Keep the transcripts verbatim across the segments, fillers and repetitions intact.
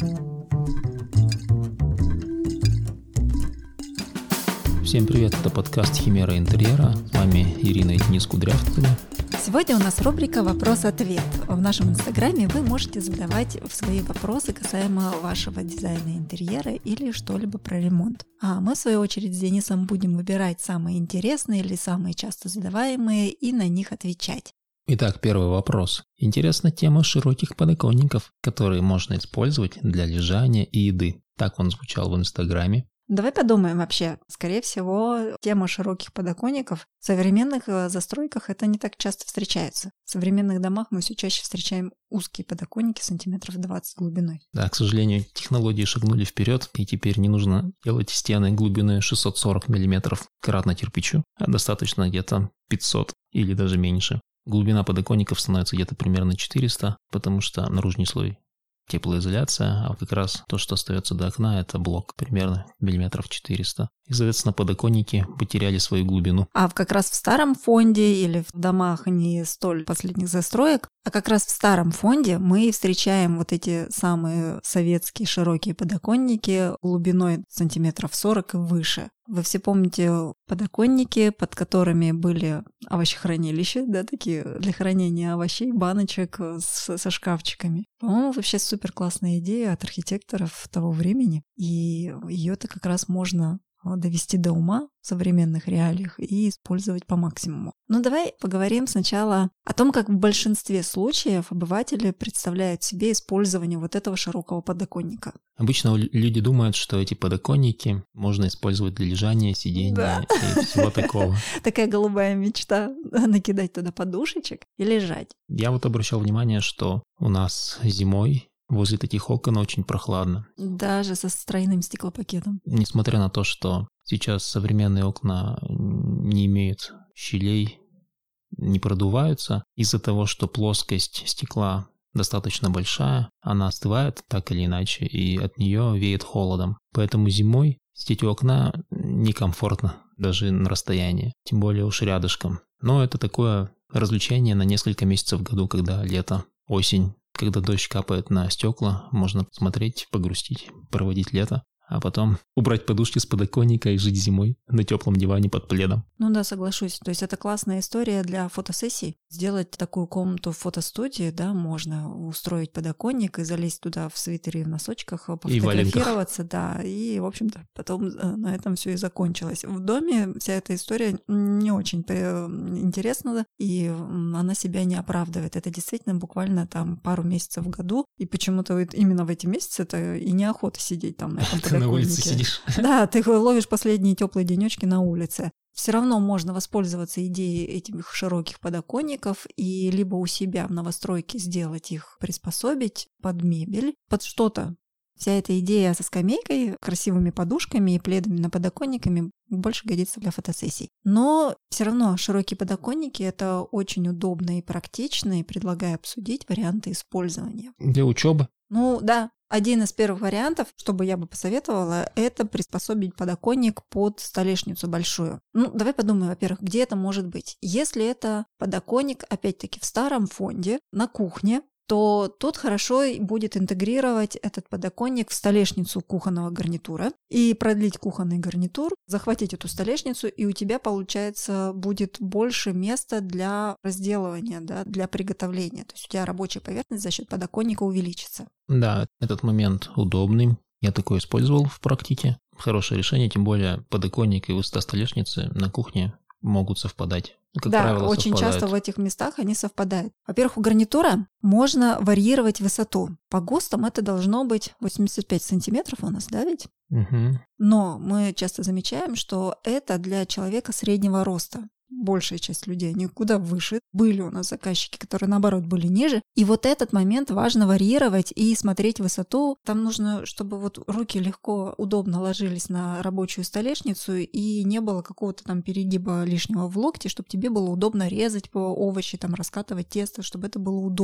Всем привет, это подкаст «Химера интерьера». С вами Ирина и Денис Кудрявцевы. Сегодня у нас рубрика «Вопрос-ответ». В нашем инстаграме вы можете задавать свои вопросы касаемо вашего дизайна интерьера или что-либо про ремонт. А мы, в свою очередь, с Денисом будем выбирать самые интересные или самые часто задаваемые и на них отвечать. Итак, первый вопрос. Интересна тема широких подоконников, которые можно использовать для лежания и еды. Так он звучал в инстаграме. Давай подумаем вообще. Скорее всего, тема широких подоконников в современных застройках это не так часто встречается. В современных домах мы все чаще встречаем узкие подоконники сантиметров двадцать глубиной. Да, к сожалению, технологии шагнули вперед, и теперь не нужно делать стены глубиной шестьсот сорок миллиметров кратно кирпичу, а достаточно где-то пятьсот или даже меньше. Глубина подоконников становится где-то примерно четыреста, потому что наружный слой теплоизоляция, а как раз то, что остается до окна, это блок примерно миллиметров четыреста. И, соответственно, подоконники потеряли свою глубину. А как раз в старом фонде или в домах не столь последних застроек, а как раз в старом фонде мы встречаем вот эти самые советские широкие подоконники глубиной сантиметров сорок и выше. Вы все помните подоконники, под которыми были овощехранилища, да, такие для хранения овощей, баночек с, со шкафчиками. По-моему, вообще супер классная идея от архитекторов того времени. И ее-то как раз можно довести до ума в современных реалиях и использовать по максимуму. Но давай поговорим сначала о том, как в большинстве случаев обыватели представляют себе использование вот этого широкого подоконника. Обычно люди думают, что эти подоконники можно использовать для лежания, сидения да. и всего такого. Такая голубая мечта — накидать туда подушечек и лежать. Я вот обращал внимание, что у нас зимой возле таких окон очень прохладно. Даже со стройным стеклопакетом. Несмотря на то, что сейчас современные окна не имеют щелей, не продуваются, из-за того, что плоскость стекла достаточно большая, она остывает так или иначе, и от нее веет холодом. Поэтому зимой сидеть у окна некомфортно, даже на расстоянии, тем более уж рядышком. Но это такое развлечение на несколько месяцев в году, когда лето, осень. Когда дождь капает на стекла, можно посмотреть, погрустить, проводить лето, а потом убрать подушки с подоконника и жить зимой на теплом диване под пледом. Ну да, соглашусь. То есть это классная история для фотосессий. Сделать такую комнату в фотостудии, да, можно устроить подоконник и залезть туда в свитере и в носочках, пофотографироваться, да, и, в общем-то, потом на этом все и закончилось. В доме вся эта история не очень интересна, и она себя не оправдывает. Это действительно буквально там пару месяцев в году, и почему-то вот именно в эти месяцы это и неохота сидеть там на этом подоконнике. На улице сидишь. Да, ты ловишь последние теплые денечки на улице. Все равно можно воспользоваться идеей этих широких подоконников и либо у себя в новостройке сделать их, приспособить под мебель, под что-то. Вся эта идея со скамейкой, красивыми подушками и пледами на подоконниками больше годится для фотосессий. Но все равно широкие подоконники — это очень удобно и практично, и предлагаю обсудить варианты использования. Для учебы? Ну да. Один из первых вариантов, что бы я бы посоветовала, это приспособить подоконник под столешницу большую. Ну, давай подумаем, во-первых, где это может быть. Если это подоконник, опять-таки, в старом фонде, на кухне, то тут хорошо будет интегрировать этот подоконник в столешницу кухонного гарнитура и продлить кухонный гарнитур, захватить эту столешницу, и у тебя, получается, будет больше места для разделывания, да, для приготовления. То есть у тебя рабочая поверхность за счет подоконника увеличится. Да, этот момент удобный. Я такое использовал в практике. Хорошее решение, тем более подоконник и высота столешницы на кухне могут совпадать. Как да, правило, очень совпадают. часто в этих местах они совпадают. Во-первых, у гарнитура можно варьировать высоту. По ГОСТам это должно быть восемьдесят пять сантиметров у нас, да ведь? Угу. Но мы часто замечаем, что это для человека среднего роста. Большая часть людей, они куда выше. Были у нас заказчики, которые, наоборот, были ниже. И вот этот момент важно варьировать и смотреть высоту. Там нужно, чтобы вот руки легко, удобно ложились на рабочую столешницу и не было какого-то там перегиба лишнего в локте, чтобы тебе было удобно резать по овощи, там, раскатывать тесто, чтобы это было удобно.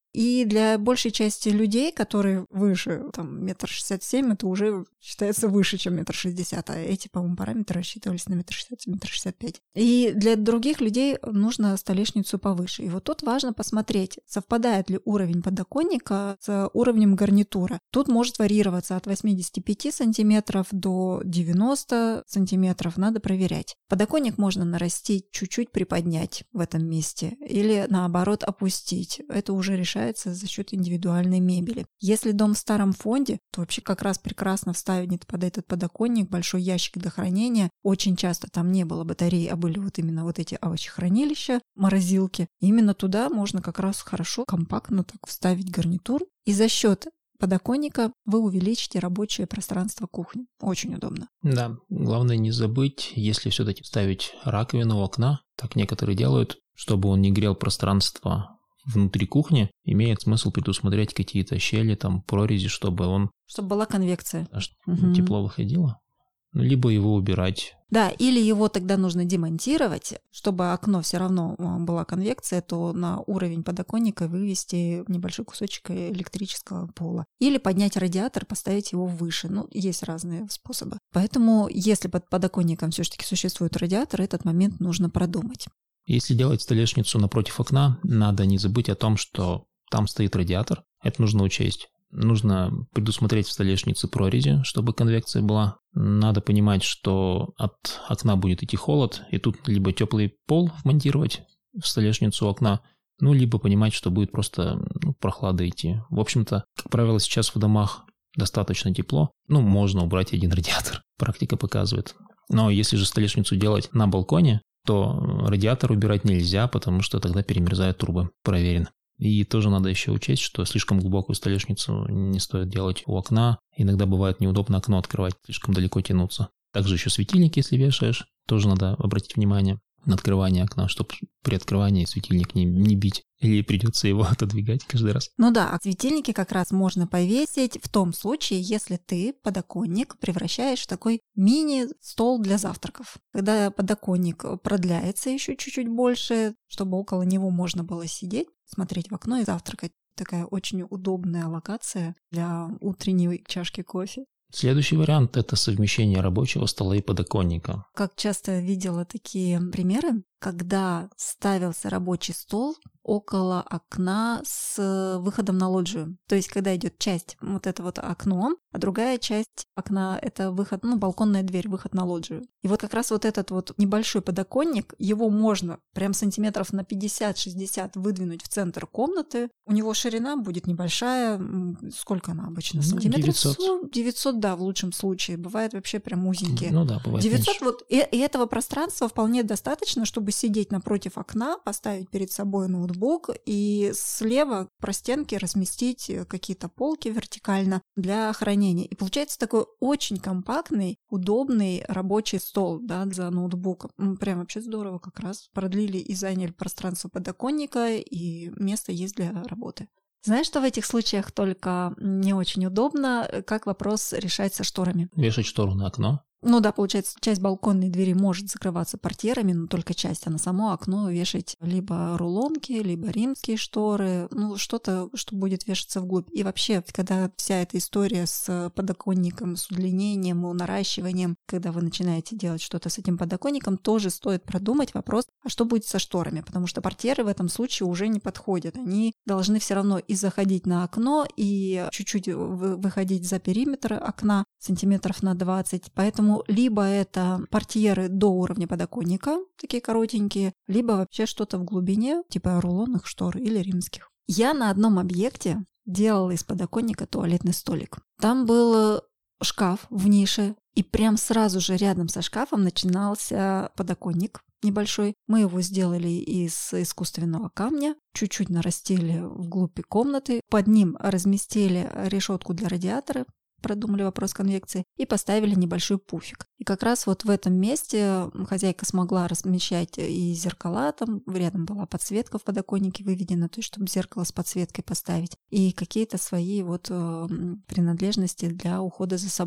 И для большей части людей, которые выше, там, метр шестьдесят семь, это уже считается выше, чем метр шестьдесят, а эти, по-моему, параметры рассчитывались на метр шестьдесят, метр шестьдесят пять. И для других людей нужно столешницу повыше. И вот тут важно посмотреть, совпадает ли уровень подоконника с уровнем гарнитура. Тут может варьироваться от восьмидесяти пяти сантиметров до девяноста сантиметров, надо проверять. Подоконник можно нарастить, чуть-чуть приподнять в этом месте или, наоборот, опустить. Это уже решается за счет индивидуальной мебели. Если дом в старом фонде, то вообще как раз прекрасно вставить под этот подоконник большой ящик для хранения. Очень часто там не было батареи, а были вот именно вот эти овощехранилища, морозилки. И именно туда можно как раз хорошо, компактно так вставить гарнитур. И за счет подоконника вы увеличите рабочее пространство кухни. Очень удобно. Да, главное не забыть, если все-таки ставить раковину у окна, так некоторые делают, чтобы он не грел пространство внутри кухни, имеет смысл предусмотреть какие-то щели, там, прорези, чтобы он... Чтобы была конвекция. Чтобы угу. тепло выходило. Либо его убирать. Да, или его тогда нужно демонтировать, чтобы окно все равно была конвекция, то на уровень подоконника вывести небольшой кусочек электрического пола. Или поднять радиатор, поставить его выше. Ну, есть разные способы. Поэтому, если под подоконником все-таки существует радиатор, этот момент нужно продумать. Если делать столешницу напротив окна, надо не забыть о том, что там стоит радиатор. Это нужно учесть. Нужно предусмотреть в столешнице прорези, чтобы конвекция была. Надо понимать, что от окна будет идти холод, и тут либо теплый пол вмонтировать в столешницу окна, ну, либо понимать, что будет просто ну, прохлада идти. В общем-то, как правило, сейчас в домах достаточно тепло. Ну, можно убрать один радиатор. Практика показывает. Но если же столешницу делать на балконе, то радиатор убирать нельзя, потому что тогда перемерзают трубы. Проверено. И тоже надо еще учесть, что слишком глубокую столешницу не стоит делать у окна. Иногда бывает неудобно окно открывать, слишком далеко тянуться. Также еще светильник, если вешаешь, тоже надо обратить внимание на открывание окна, чтобы при открывании светильник не, не бить. Или придется его отодвигать каждый раз. Ну да, а светильники как раз можно повесить в том случае, если ты подоконник превращаешь в такой мини-стол для завтраков. Когда подоконник продляется еще чуть-чуть больше, чтобы около него можно было сидеть, смотреть в окно и завтракать. Такая очень удобная локация для утренней чашки кофе. Следующий вариант – это совмещение рабочего стола и подоконника. Как часто видела такие примеры, когда ставился рабочий стол около окна с выходом на лоджию. То есть, когда идет часть, вот это вот окно, а другая часть окна – это выход, ну, балконная дверь, выход на лоджию. И вот как раз вот этот вот небольшой подоконник, его можно прям сантиметров на пятьдесят-шестьдесят выдвинуть в центр комнаты. У него ширина будет небольшая. Сколько она обычно? Сантиметров девятьсот. девятьсот, да, в лучшем случае. Бывает вообще прям узенькие. Ну да, бывает девятьсот меньше. Вот, и, и этого пространства вполне достаточно, чтобы сидеть напротив окна, поставить перед собой ноутбук и слева по стенке разместить какие-то полки вертикально для хранения. И получается такой очень компактный, удобный рабочий стол, да, за ноутбуком. Прям вообще здорово как раз. Продлили и заняли пространство подоконника, и место есть для работы. Знаешь, что в этих случаях только не очень удобно, как вопрос решается шторами? Вешать штору на окно. Ну да, получается, часть балконной двери может закрываться портьерами, но только часть, а на само окно вешать либо рулонки, либо римские шторы, ну что-то, что будет вешаться вглубь. И вообще, когда вся эта история с подоконником, с удлинением, наращиванием, когда вы начинаете делать что-то с этим подоконником, тоже стоит продумать вопрос, а что будет со шторами, потому что портьеры в этом случае уже не подходят. Они должны все равно и заходить на окно, и чуть-чуть выходить за периметр окна, сантиметров на двадцать, поэтому либо это портьеры до уровня подоконника, такие коротенькие, либо вообще что-то в глубине, типа рулонных штор или римских. Я на одном объекте делала из подоконника туалетный столик. Там был шкаф в нише, и прям сразу же рядом со шкафом начинался подоконник небольшой. Мы его сделали из искусственного камня, чуть-чуть нарастили вглубь комнаты, под ним разместили решетку для радиатора, продумали вопрос конвекции и поставили небольшой пуфик. И как раз вот в этом месте хозяйка смогла размещать и зеркала, там рядом была подсветка в подоконнике выведена, то есть чтобы зеркало с подсветкой поставить, и какие-то свои вот э, принадлежности для ухода за собой.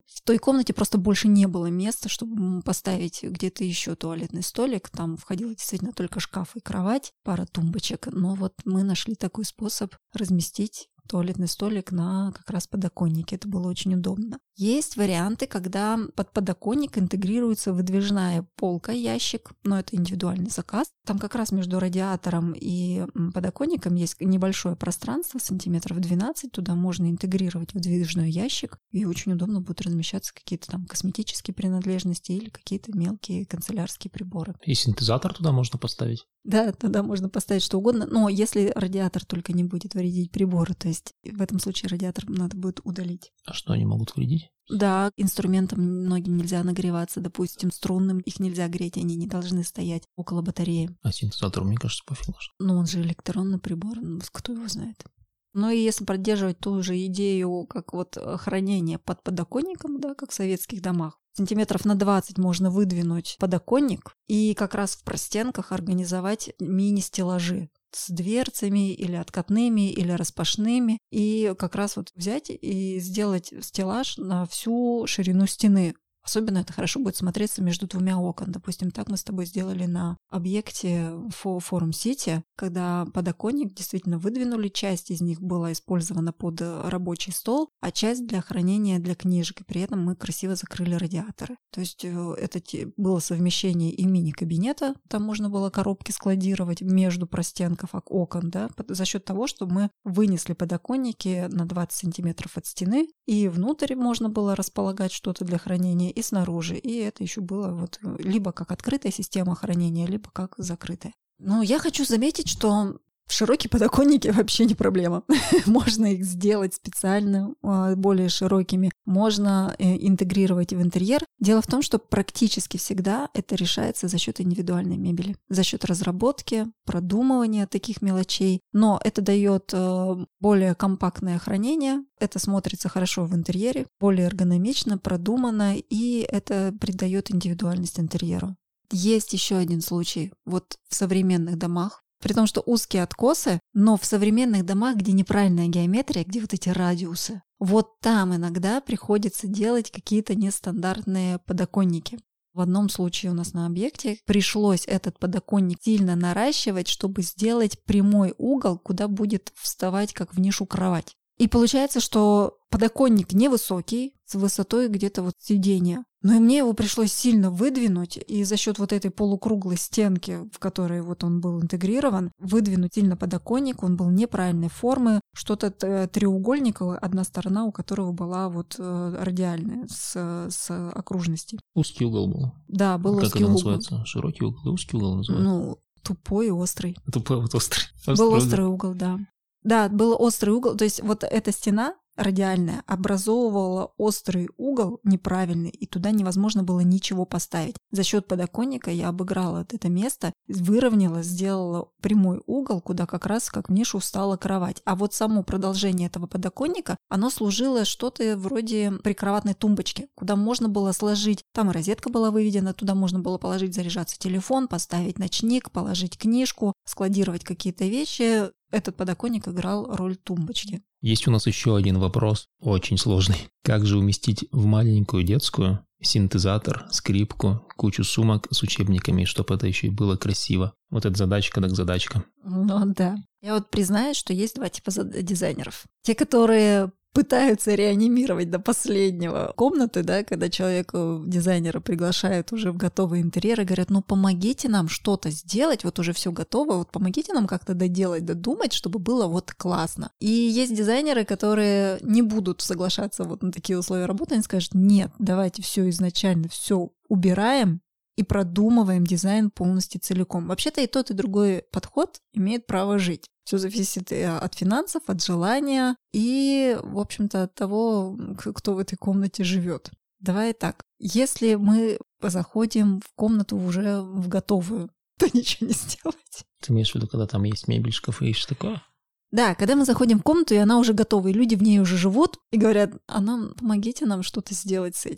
В той комнате просто больше не было места, чтобы поставить где-то еще туалетный столик. Там входило действительно только шкаф и кровать, пара тумбочек. Но вот мы нашли такой способ разместить туалетный столик на как раз подоконнике. Это было очень удобно. Есть варианты, когда под подоконник интегрируется выдвижная полка, ящик, но это индивидуальный заказ. Там как раз между радиатором и подоконником есть небольшое пространство, сантиметров двенадцать. Туда можно интегрировать выдвижной ящик, и очень удобно будут размещаться какие-то там косметические принадлежности или какие-то мелкие канцелярские приборы. И синтезатор туда можно поставить? Да, туда можно поставить что угодно, но если радиатор только не будет вредить приборы, то есть в этом случае радиатор надо будет удалить. А что они могут вредить? Да, инструментам многим нельзя нагреваться, допустим, струнным их нельзя греть, они не должны стоять около батареи. А синтезатору, мне кажется, пофиг. Ну, он же электронный прибор, ну, кто его знает. Ну и если поддерживать ту же идею, как вот хранение под подоконником, да, как в советских домах, сантиметров на двадцать можно выдвинуть подоконник и как раз в простенках организовать мини-стеллажи с дверцами или откатными, или распашными, и как раз вот взять и сделать стеллаж на всю ширину стены. Особенно это хорошо будет смотреться между двумя окон. Допустим, так мы с тобой сделали на объекте Форум Сити, когда подоконник действительно выдвинули, часть из них была использована под рабочий стол, а часть для хранения для книжек, и при этом мы красиво закрыли радиаторы. То есть это было совмещение и мини-кабинета, там можно было коробки складировать между простенков окон, да, за счет того, что мы вынесли подоконники на двадцать сантиметров от стены, и внутрь можно было располагать что-то для хранения, и снаружи. И это еще было вот либо как открытая система хранения, либо как закрытая. Но я хочу заметить, что широкие подоконники вообще не проблема. Можно их сделать специально, более широкими. Можно интегрировать в интерьер. Дело в том, что практически всегда это решается за счет индивидуальной мебели, за счет разработки, продумывания таких мелочей. Но это дает более компактное хранение, это смотрится хорошо в интерьере, более эргономично, продумано, и это придает индивидуальность интерьеру. Есть еще один случай. Вот в современных домах, при том, что узкие откосы, но в современных домах, где неправильная геометрия, где вот эти радиусы, вот там иногда приходится делать какие-то нестандартные подоконники. В одном случае у нас на объекте пришлось этот подоконник сильно наращивать, чтобы сделать прямой угол, куда будет вставать как в нишу кровать. И получается, что подоконник невысокий, с высотой где-то вот сиденья. Но и мне его пришлось сильно выдвинуть, и за счет вот этой полукруглой стенки, в которой вот он был интегрирован, выдвинуть сильно подоконник, он был неправильной формы, что-то треугольниковое, одна сторона у которого была вот радиальная, с, с окружностей. Узкий угол был. Да, был как узкий это угол. Называется? Широкий угол, узкий угол называется? Ну, тупой и острый. Тупой, вот острый. острый был угол. острый угол, да. Да, был острый угол, то есть вот эта стена радиальная образовывала острый угол неправильный, и туда невозможно было ничего поставить. За счет подоконника я обыграла это место, выровняла, сделала прямой угол, куда как раз как в нишу встала кровать. А вот само продолжение этого подоконника, оно служило что-то вроде прикроватной тумбочки, куда можно было сложить, там и розетка была выведена, туда можно было положить заряжаться телефон, поставить ночник, положить книжку, складировать какие-то вещи. Этот подоконник играл роль тумбочки. Есть у нас еще один вопрос, очень сложный. Как же уместить в маленькую детскую синтезатор, скрипку, кучу сумок с учебниками, чтобы это еще и было красиво? Вот это задачка так задачка. Ну да. Я вот признаюсь, что есть два типа дизайнеров. Те, которые пытаются реанимировать до последнего комнаты, да, когда человека, дизайнера, приглашают уже в готовый интерьер и говорят, ну помогите нам что-то сделать, вот уже все готово, вот помогите нам как-то доделать, додумать, чтобы было вот классно. И есть дизайнеры, которые не будут соглашаться вот на такие условия работы, они скажут, нет, давайте все изначально, все убираем и продумываем дизайн полностью целиком. Вообще-то и тот, и другой подход имеет право жить. Все зависит от финансов, от желания и, в общем-то, от того, кто в этой комнате живет. Давай так. Если мы заходим в комнату уже в готовую, то ничего не сделать. Ты имеешь в виду, когда там есть мебель, шкафы и что такое? Да, когда мы заходим в комнату, и она уже готова, и люди в ней уже живут, и говорят, а нам, помогите нам что-то сделать с этим.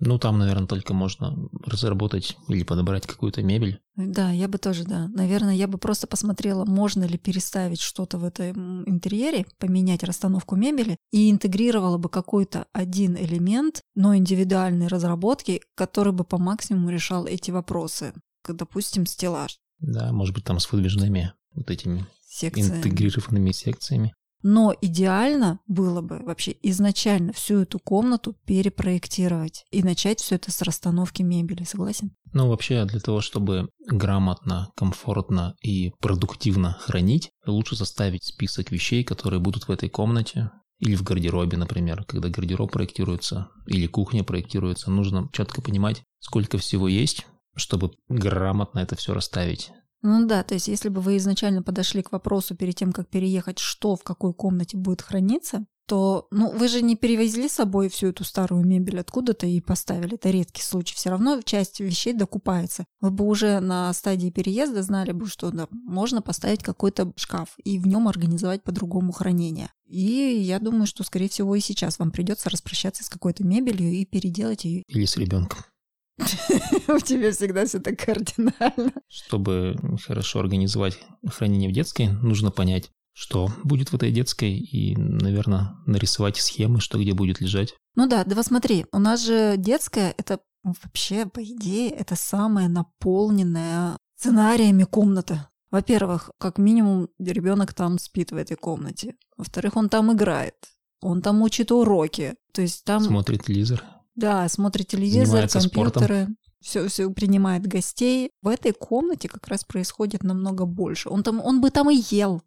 Ну, там, наверное, только можно разработать или подобрать какую-то мебель. Да, я бы тоже, да. Наверное, я бы просто посмотрела, можно ли переставить что-то в этом интерьере, поменять расстановку мебели и интегрировала бы какой-то один элемент, но индивидуальной разработки, который бы по максимуму решал эти вопросы. Как, допустим, стеллаж. Да, может быть, там с выдвижными вот этими Секциями. Интегрированными секциями. Но идеально было бы вообще изначально всю эту комнату перепроектировать и начать все это с расстановки мебели. Согласен? Ну, вообще, для того, чтобы грамотно, комфортно и продуктивно хранить, лучше составить список вещей, которые будут в этой комнате. Или в гардеробе, например. Когда гардероб проектируется или кухня проектируется, нужно четко понимать, сколько всего есть, чтобы грамотно это все расставить. Ну да, то есть если бы вы изначально подошли к вопросу перед тем, как переехать, что в какой комнате будет храниться, то, ну, вы же не перевезли с собой всю эту старую мебель откуда-то и поставили. Это редкий случай. Все равно часть вещей докупается. Вы бы уже на стадии переезда знали бы, что да, можно поставить какой-то шкаф и в нем организовать по-другому хранение. И я думаю, что, скорее всего, и сейчас вам придется распрощаться с какой-то мебелью и переделать ее. Или с ребенком. У тебя всегда все так кардинально. Чтобы хорошо организовать хранение в детской, нужно понять, что будет в этой детской, и, наверное, нарисовать схемы, что где будет лежать. Ну да, да, смотри, у нас же детская, это вообще, по идее, это самая наполненная сценариями комната. Во-первых, как минимум, ребенок там спит в этой комнате. Во-вторых, он там играет, он там учит уроки. То есть там... Смотрит телевизор. Да, смотрит телевизор, Занимается компьютеры, все, все принимает гостей. В этой комнате как раз происходит намного больше. Он там, он бы там и ел.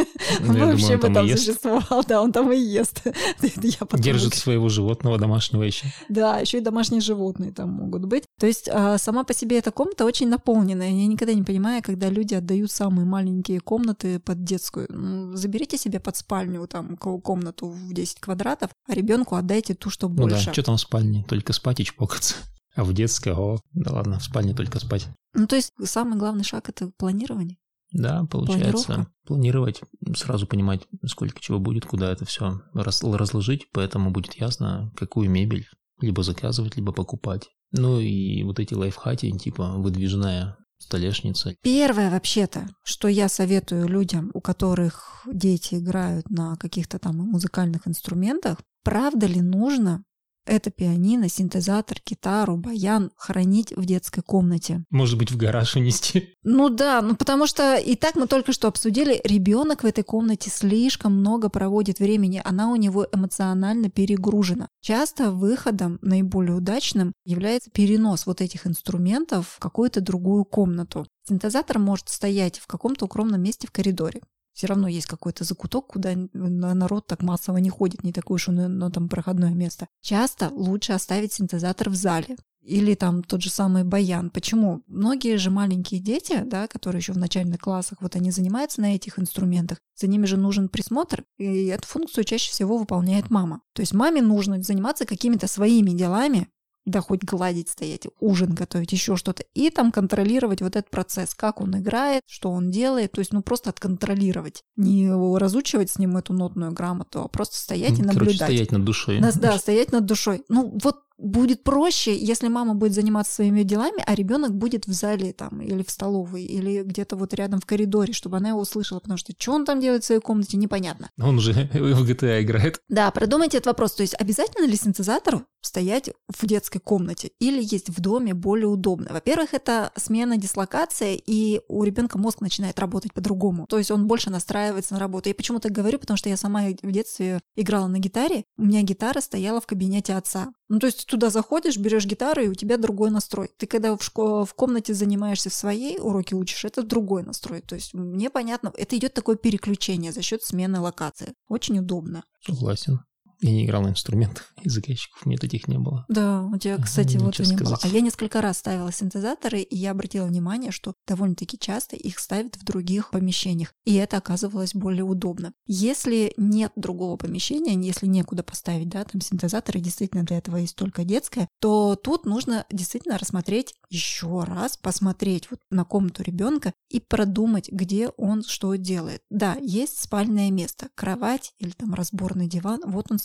Он вообще бы там существовал, да, он там и ест. Держит своего животного домашнего еще. Да, еще и домашние животные там могут быть. То есть сама по себе эта комната очень наполненная. Я никогда не понимаю, когда люди отдают самые маленькие комнаты под детскую. Заберите себе под спальню там комнату в десять квадратов, а ребенку отдайте ту, что больше. Ну да, что там в спальне? Только спать и чпокаться. А в детской, о, да ладно, в спальне только спать. Ну, то есть самый главный шаг – это планирование. Да, получается, планировать, сразу понимать, сколько чего будет, куда это все разложить, поэтому будет ясно, какую мебель либо заказывать, либо покупать. Ну и вот эти лайфхаки, типа выдвижная столешница. Первое вообще-то, что я советую людям, у которых дети играют на каких-то там музыкальных инструментах, правда ли нужно это пианино, синтезатор, гитару, баян хранить в детской комнате? Может быть, в гараж унести? Ну да, ну потому что и так мы только что обсудили, ребенок в этой комнате слишком много проводит времени, она у него эмоционально перегружена. Часто выходом наиболее удачным является перенос вот этих инструментов в какую-то другую комнату. Синтезатор может стоять в каком-то укромном месте в коридоре. Все равно есть какой-то закуток, куда народ так массово не ходит, не такое уж но там проходное место. Часто лучше оставить синтезатор в зале. Или там тот же самый баян. Почему? Многие же маленькие дети, да, которые еще в начальных классах, вот они занимаются на этих инструментах, за ними же нужен присмотр, и эту функцию чаще всего выполняет мама. То есть маме нужно заниматься какими-то своими делами, да, хоть гладить, стоять, ужин готовить, еще что-то. И там контролировать вот этот процесс, как он играет, что он делает. То есть, ну, просто отконтролировать. Не разучивать с ним эту нотную грамоту, а просто стоять и наблюдать. Короче, стоять над душой. Да, да, стоять над душой. Ну, вот будет проще, если мама будет заниматься своими делами, а ребенок будет в зале там, или в столовой, или где-то вот рядом в коридоре, чтобы она его услышала, потому что что он там делает в своей комнате, непонятно. Он уже в джи ти эй играет. Да, продумайте этот вопрос. То есть обязательно ли синтезатору стоять в детской комнате или есть в доме более удобно? Во-первых, это смена дислокации, и у ребенка мозг начинает работать по-другому. То есть он больше настраивается на работу. Я почему так говорю, потому что я сама в детстве играла на гитаре. У меня гитара стояла в кабинете отца. Ну, то есть ты туда заходишь, берешь гитару, и у тебя другой настрой. Ты когда в, школе, в комнате занимаешься в своей, уроки учишь, это другой настрой. То есть мне понятно, это идет такое переключение за счет смены локации. Очень удобно. Согласен. Я не играл на инструментах, и заказчиков у меня таких не было. Да, у тебя, кстати, а, вот и не было. А я несколько раз ставила синтезаторы, и я обратила внимание, что довольно-таки часто их ставят в других помещениях, и это оказывалось более удобно. Если нет другого помещения, если некуда поставить, да, там синтезаторы, действительно для этого есть только детская, то тут нужно действительно рассмотреть еще раз, посмотреть вот на комнату ребенка и продумать, где он что делает. Да, есть спальное место, кровать или там разборный диван, вот он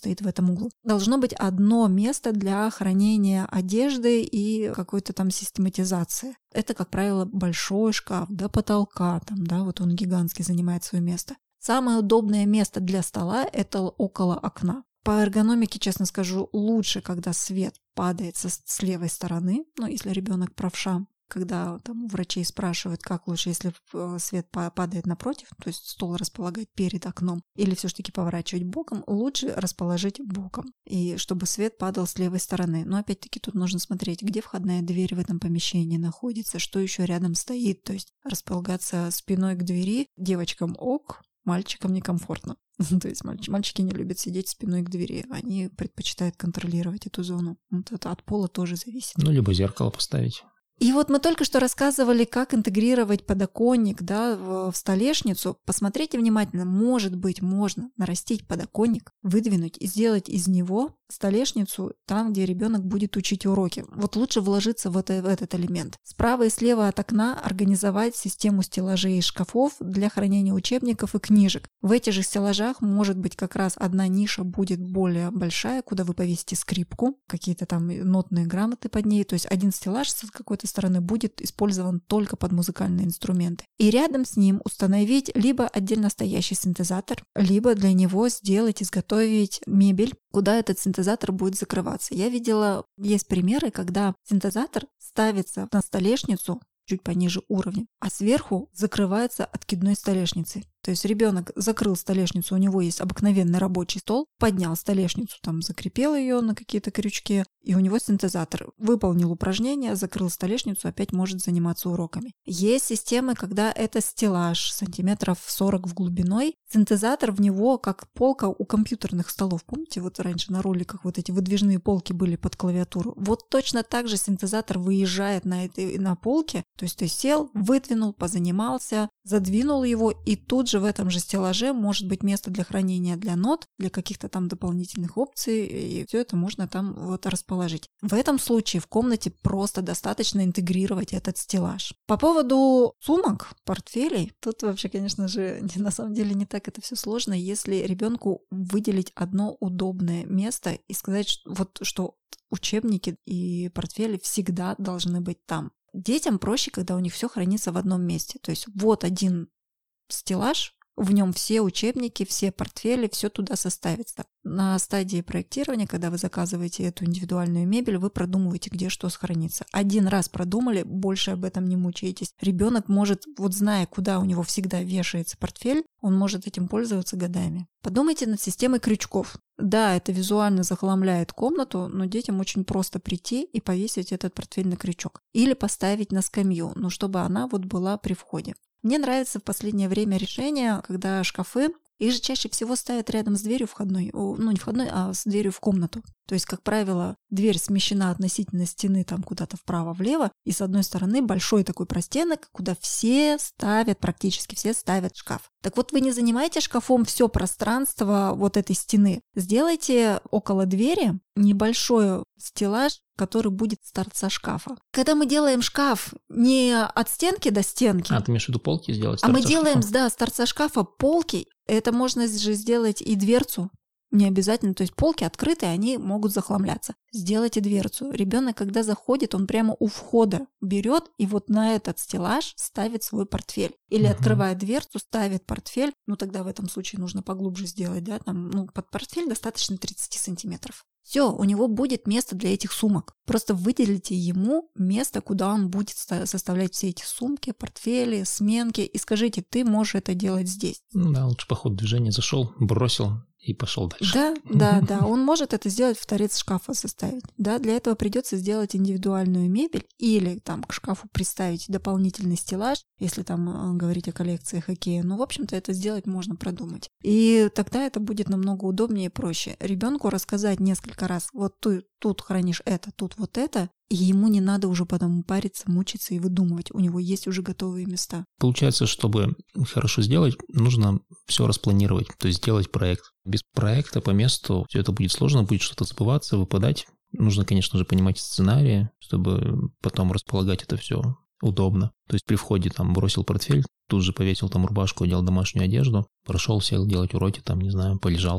стоит в этом углу. Должно быть одно место для хранения одежды и какой-то там систематизации. Это, как правило, большой шкаф до потолка, там, да, вот он гигантский занимает свое место. Самое удобное место для стола – это около окна. По эргономике, честно скажу, лучше, когда свет падает со, с левой стороны, ну, если ребенок правша, когда там у врачей спрашивают, как лучше, если свет падает напротив, то есть стол располагать перед окном, или все-таки поворачивать боком, лучше расположить боком, и чтобы свет падал с левой стороны. Но опять-таки тут нужно смотреть, где входная дверь в этом помещении находится, что еще рядом стоит, то есть располагаться спиной к двери девочкам ок, мальчикам некомфортно. То есть мальчики не любят сидеть спиной к двери, они предпочитают контролировать эту зону. Вот это от пола тоже зависит. Ну, либо зеркало поставить. И вот мы только что рассказывали, как интегрировать подоконник, да, в, в столешницу. Посмотрите внимательно, может быть, можно нарастить подоконник, выдвинуть и сделать из него столешницу там, где ребенок будет учить уроки. Вот лучше вложиться в, это, в этот элемент. Справа и слева от окна организовать систему стеллажей и шкафов для хранения учебников и книжек. В этих же стеллажах может быть как раз одна ниша будет более большая, куда вы повесите скрипку, какие-то там нотные грамоты под ней. То есть один стеллаж с какой-то стороны будет использован только под музыкальные инструменты. И рядом с ним установить либо отдельно стоящий синтезатор, либо для него сделать, изготовить мебель, куда этот синтезатор будет закрываться. Я видела, есть примеры, когда синтезатор ставится на столешницу чуть пониже уровня, а сверху закрывается откидной столешницей. То есть ребенок закрыл столешницу, у него есть обыкновенный рабочий стол, поднял столешницу, там закрепил ее на какие-то крючки, и у него синтезатор. Выполнил упражнение, закрыл столешницу, опять может заниматься уроками. Есть системы, когда это стеллаж сантиметров сорок в глубиной, синтезатор в него как полка у компьютерных столов. Помните, вот раньше на роликах вот эти выдвижные полки были под клавиатуру? Вот точно так же синтезатор выезжает на этой на полке, то есть ты сел, выдвинул, позанимался, задвинул его, и тут же в этом же стеллаже может быть место для хранения для нот, для каких-то там дополнительных опций, и все это можно там вот расположить. В этом случае в комнате просто достаточно интегрировать этот стеллаж. По поводу сумок, портфелей, тут вообще, конечно же, на самом деле не так это все сложно, если ребенку выделить одно удобное место и сказать, вот что учебники и портфели всегда должны быть там. Детям проще, когда у них все хранится в одном месте. То есть вот один стеллаж, в нем все учебники, все портфели, все туда составится. На стадии проектирования, когда вы заказываете эту индивидуальную мебель, вы продумываете, где что сохранится. Один раз продумали, больше об этом не мучаетесь. Ребенок может, вот зная, куда у него всегда вешается портфель, он может этим пользоваться годами. Подумайте над системой крючков. Да, это визуально захламляет комнату, но детям очень просто прийти и повесить этот портфель на крючок. Или поставить на скамью, но чтобы она вот была при входе. Мне нравится в последнее время решение, когда шкафы, их же чаще всего ставят рядом с дверью входной, ну не входной, а с дверью в комнату. То есть, как правило, дверь смещена относительно стены там куда-то вправо-влево, и с одной стороны большой такой простенок, куда все ставят, практически все ставят шкаф. Так вот, вы не занимаете шкафом все пространство вот этой стены. Сделайте около двери небольшой стеллаж, который будет с торца шкафа. Когда мы делаем шкаф не от стенки до стенки, а ты имеешь в виду полки сделать? А мы делаем, шкафа? Да, с торца шкафа полки. Это можно же сделать и дверцу. Не обязательно, то есть полки открытые, они могут захламляться. Сделайте дверцу. Ребенок, когда заходит, он прямо у входа берет и вот на этот стеллаж ставит свой портфель. Или uh-huh. открывает дверцу, ставит портфель. Ну тогда в этом случае нужно поглубже сделать, да, там, ну под портфель достаточно тридцать сантиметров. Все, у него будет место для этих сумок. Просто выделите ему место, куда он будет составлять все эти сумки, портфели, сменки, и скажите, ты можешь это делать здесь. Ну да, лучше по ходу движения зашел, бросил и пошел дальше. Да, да, да. Он может это сделать в торец шкафа составить. Да, для этого придется сделать индивидуальную мебель или там к шкафу приставить дополнительный стеллаж, если там говорить о коллекции хоккея. Ну, в общем-то, это сделать можно продумать. И тогда это будет намного удобнее и проще. Ребенку рассказать несколько раз, вот ты тут хранишь это, тут вот это, и ему не надо уже потом париться, мучиться и выдумывать. У него есть уже готовые места. Получается, чтобы хорошо сделать, нужно все распланировать, то есть сделать проект. Без проекта по месту все это будет сложно, будет что-то забываться, выпадать. Нужно, конечно же, понимать сценарии, чтобы потом располагать это все удобно. То есть при входе там бросил портфель, тут же повесил там рубашку, одел домашнюю одежду, прошел, сел делать уроки, там, не знаю, полежал.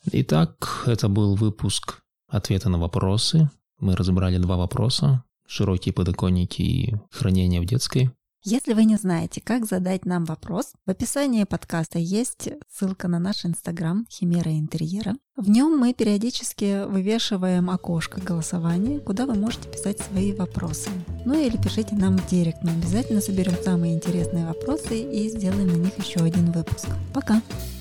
Итак, это был выпуск «Ответы на вопросы». Мы разобрали два вопроса: широкие подоконники и хранение в детской. Если вы не знаете, как задать нам вопрос, в описании подкаста есть ссылка на наш инстаграм Химера Интерьера. В нем мы периодически вывешиваем окошко голосования, куда вы можете писать свои вопросы. Ну или пишите нам в директ, мы обязательно соберем самые интересные вопросы и сделаем на них еще один выпуск. Пока!